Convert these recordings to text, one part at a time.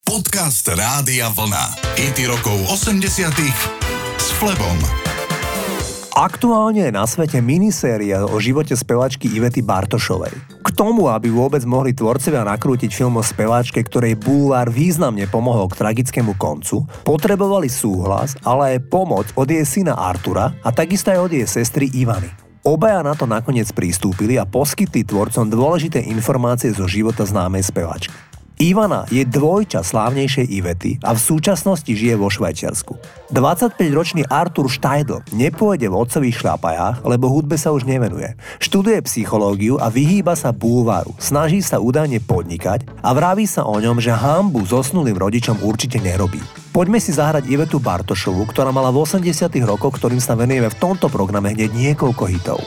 Podcast Rádia Vlna. Hity rokov 80-tych s Flebom. Aktuálne je na svete miniséria o živote speváčky Ivety Bartošovej. K tomu, aby vôbec mohli tvorcovia nakrútiť film o speváčke, ktorej bulvár významne pomohol k tragickému koncu, potrebovali súhlas, ale aj pomoc od jej syna Artura a takisto aj od jej sestry Ivany. Obaja na to nakoniec pristúpili a poskytli tvorcom dôležité informácie zo života známej speváčky. Ivana je dvojča slávnejšej Ivety a v súčasnosti žije vo Švajčiarsku. 25-ročný Artur Štajdl nepôjde v otcových šľapajách, lebo hudbe sa už nevenuje. Študuje psychológiu a vyhýba sa bulváru. Snaží sa údajne podnikať a vraví sa o ňom, že hanbu zosnulým rodičom určite nerobí. Poďme si zahrať Ivetu Bartošovu, ktorá mala v 80. rokoch, ktorým sa venujeme v tomto programe hneď niekoľko hitov.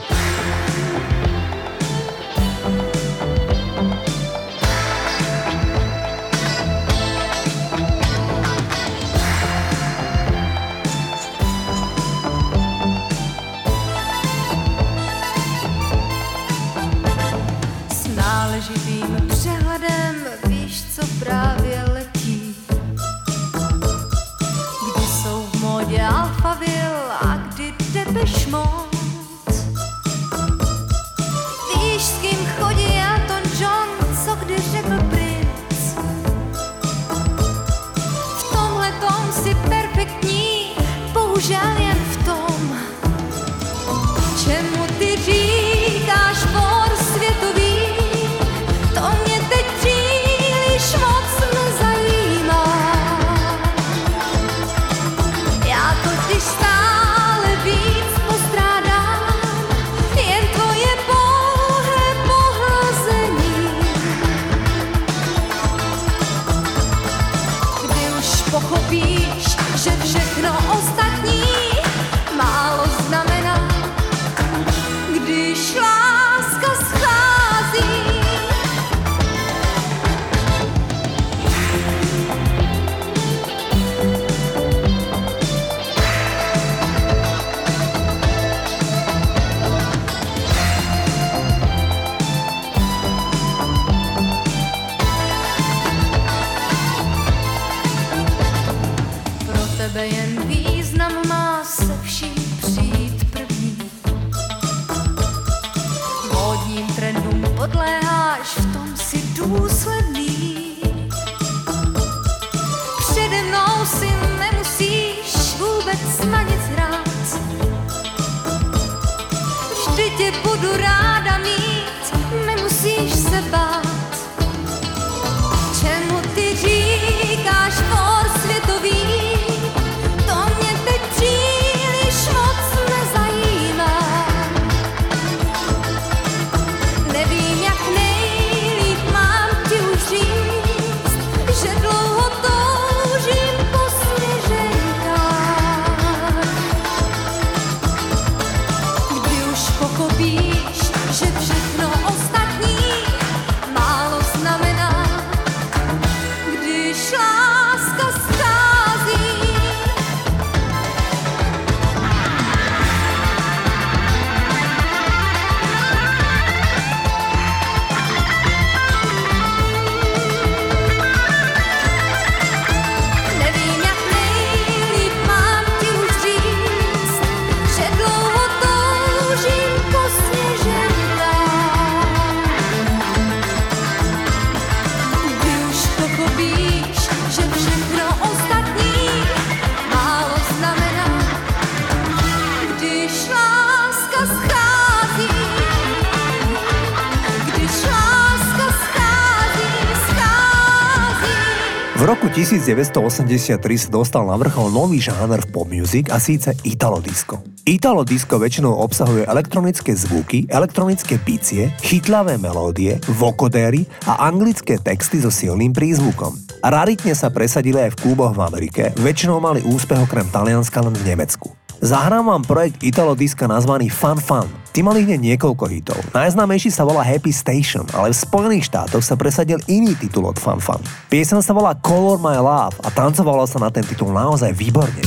V roku 1983 sa dostal na vrchol nový žáner v pop music a síce Italo disco. Italo disco väčšinou obsahuje elektronické zvuky, elektronické bicie, chytlavé melódie, vokodéry a anglické texty so silným prízvukom. Raritne sa presadili aj v kluboch v Amerike, väčšinou mali úspech okrem Talianska len v Nemecku. Zahrám vám projekt Italo disca nazvaný Fun Fun. Tí mali hneď niekoľko hitov. Najznámejší sa volá Happy Station, ale v Spojených štátoch sa presadil iný titul od Fun Fun. Pieseň sa volá Color My Love a tancovalo sa na ten titul naozaj výborne.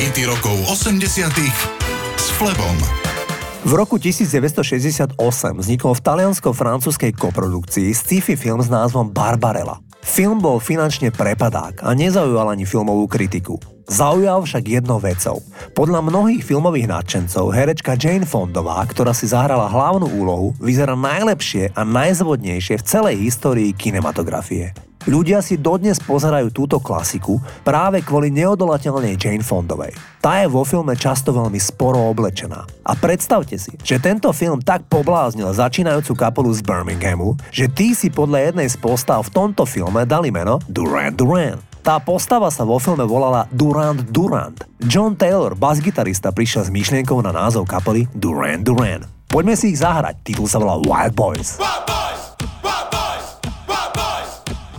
Hity rokov 80 s Flebom. V roku 1968 vznikol v taliansko-francúzskej koprodukcii sci-fi film s názvom Barbarella. Film bol finančne prepadák a nezaujal ani filmovú kritiku. Zaujal však jednou vecou. Podľa mnohých filmových nadšencov herečka Jane Fondová, ktorá si zahrala hlavnú úlohu, vyzerá najlepšie a najzvodnejšie v celej histórii kinematografie. Ľudia si dodnes pozerajú túto klasiku práve kvôli neodolateľnej Jane Fondovej. Tá je vo filme často veľmi sporo oblečená. A predstavte si, že tento film tak pobláznil začínajúcu kapelu z Birminghamu, že tí si podľa jednej z postav v tomto filme dali meno Duran Duran. Tá postava sa vo filme volala Durand Durand. John Taylor, basgitarista, prišiel s myšlienkou na názov kapely Duran Duran. Poďme si ich zahrať, titul sa volá Wild Boys. Wild Boys! Wild Boys! Wild Boys!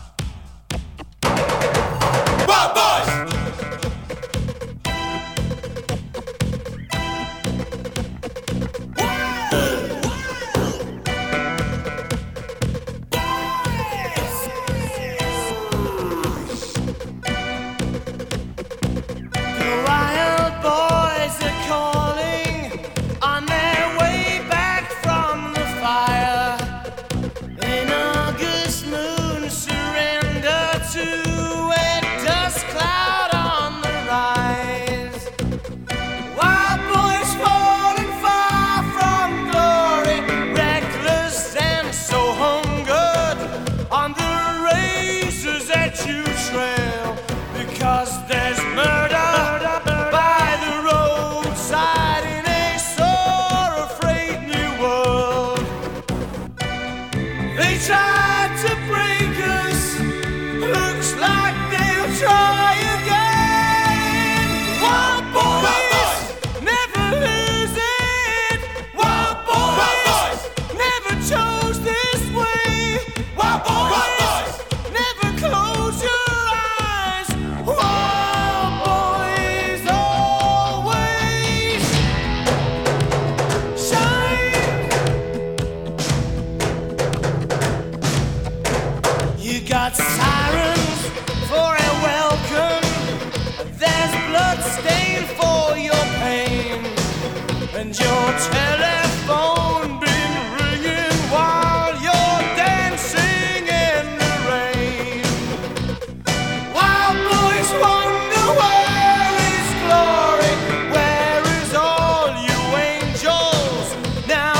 Wild Boys!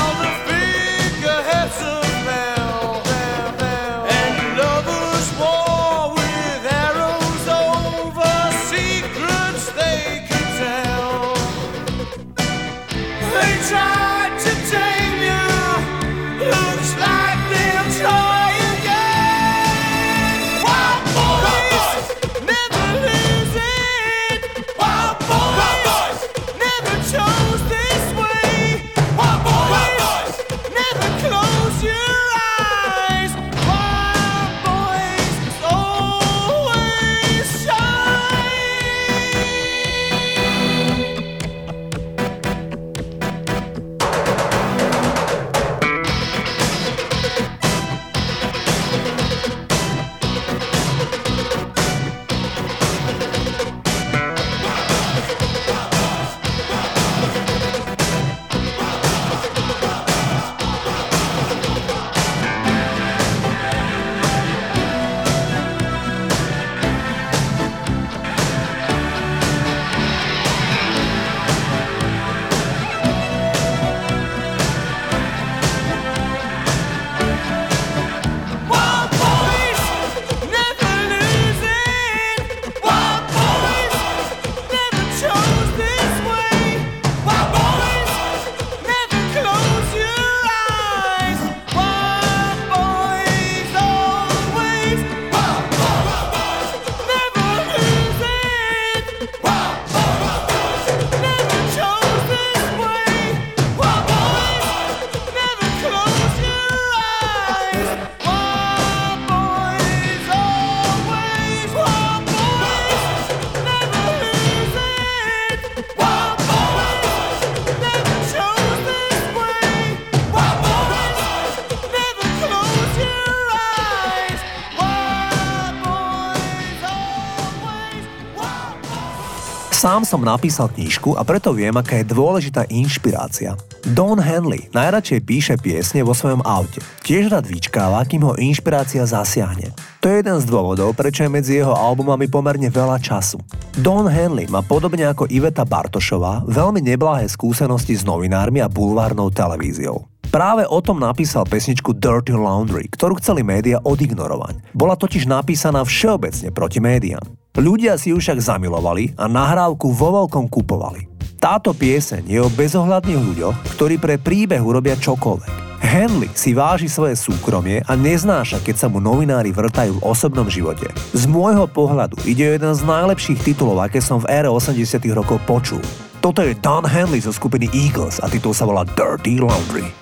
Lovers walk Sám som napísal knižku a preto viem, aká je dôležitá inšpirácia. Don Henley najradšej píše piesne vo svojom aute. Tiež rád vyčkáva, kým ho inšpirácia zasiahne. To je jeden z dôvodov, prečo je medzi jeho albumami pomerne veľa času. Don Henley má podobne ako Iveta Bartošová veľmi neblahé skúsenosti s novinármi a bulvárnou televíziou. Práve o tom napísal pesničku Dirty Laundry, ktorú chceli médiá odignorovať. Bola totiž napísaná všeobecne proti médiám. Ľudia si ju však zamilovali a nahrávku vo veľkom kupovali. Táto pieseň je o bezohľadných ľuďoch, ktorí pre príbeh urobia čokoľvek. Henley si váži svoje súkromie a neznáša, keď sa mu novinári vrtajú v osobnom živote. Z môjho pohľadu ide o jeden z najlepších titulov, aké som v ére 80 rokov počul. Toto je Don Henley zo skupiny Eagles a titul sa volá Dirty Laundry.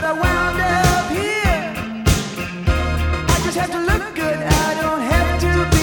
Have to look good, I don't have to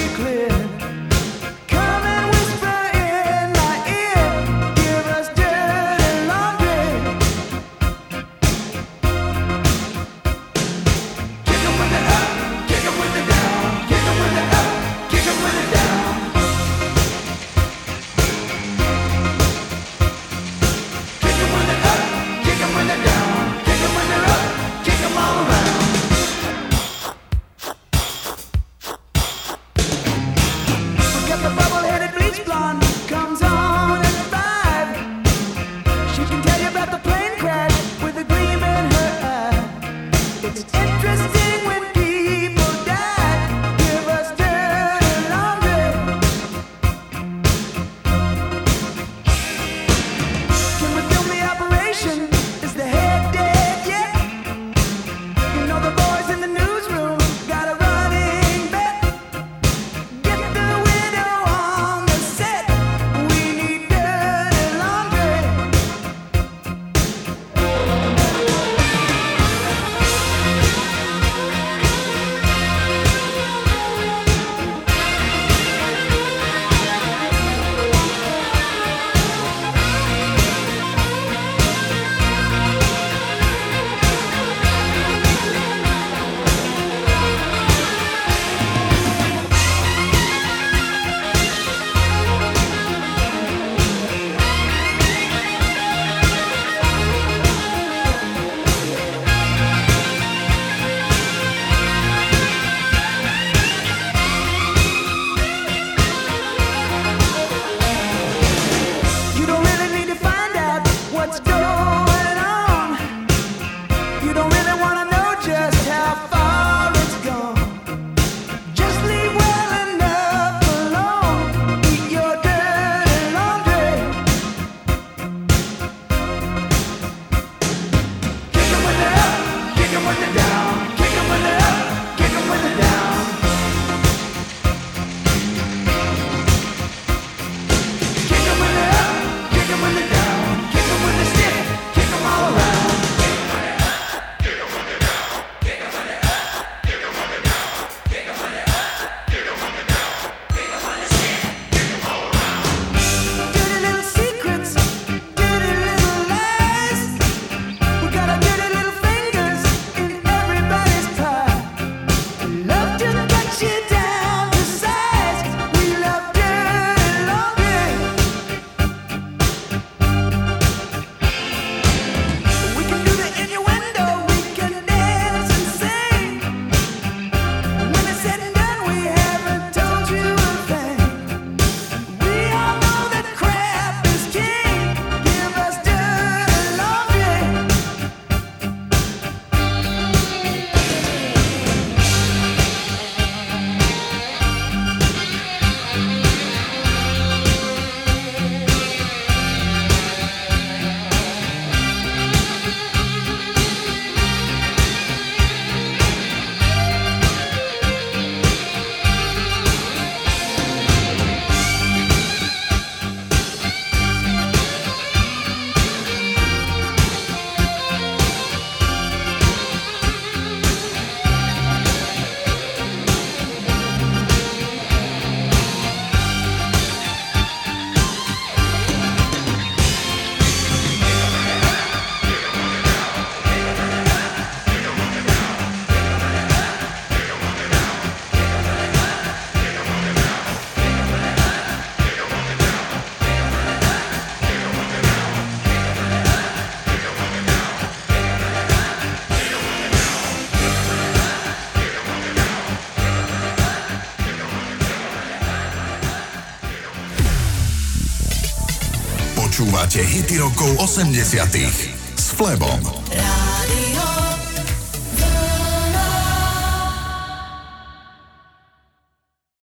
Počúvate hity rokov 80 s Flebom.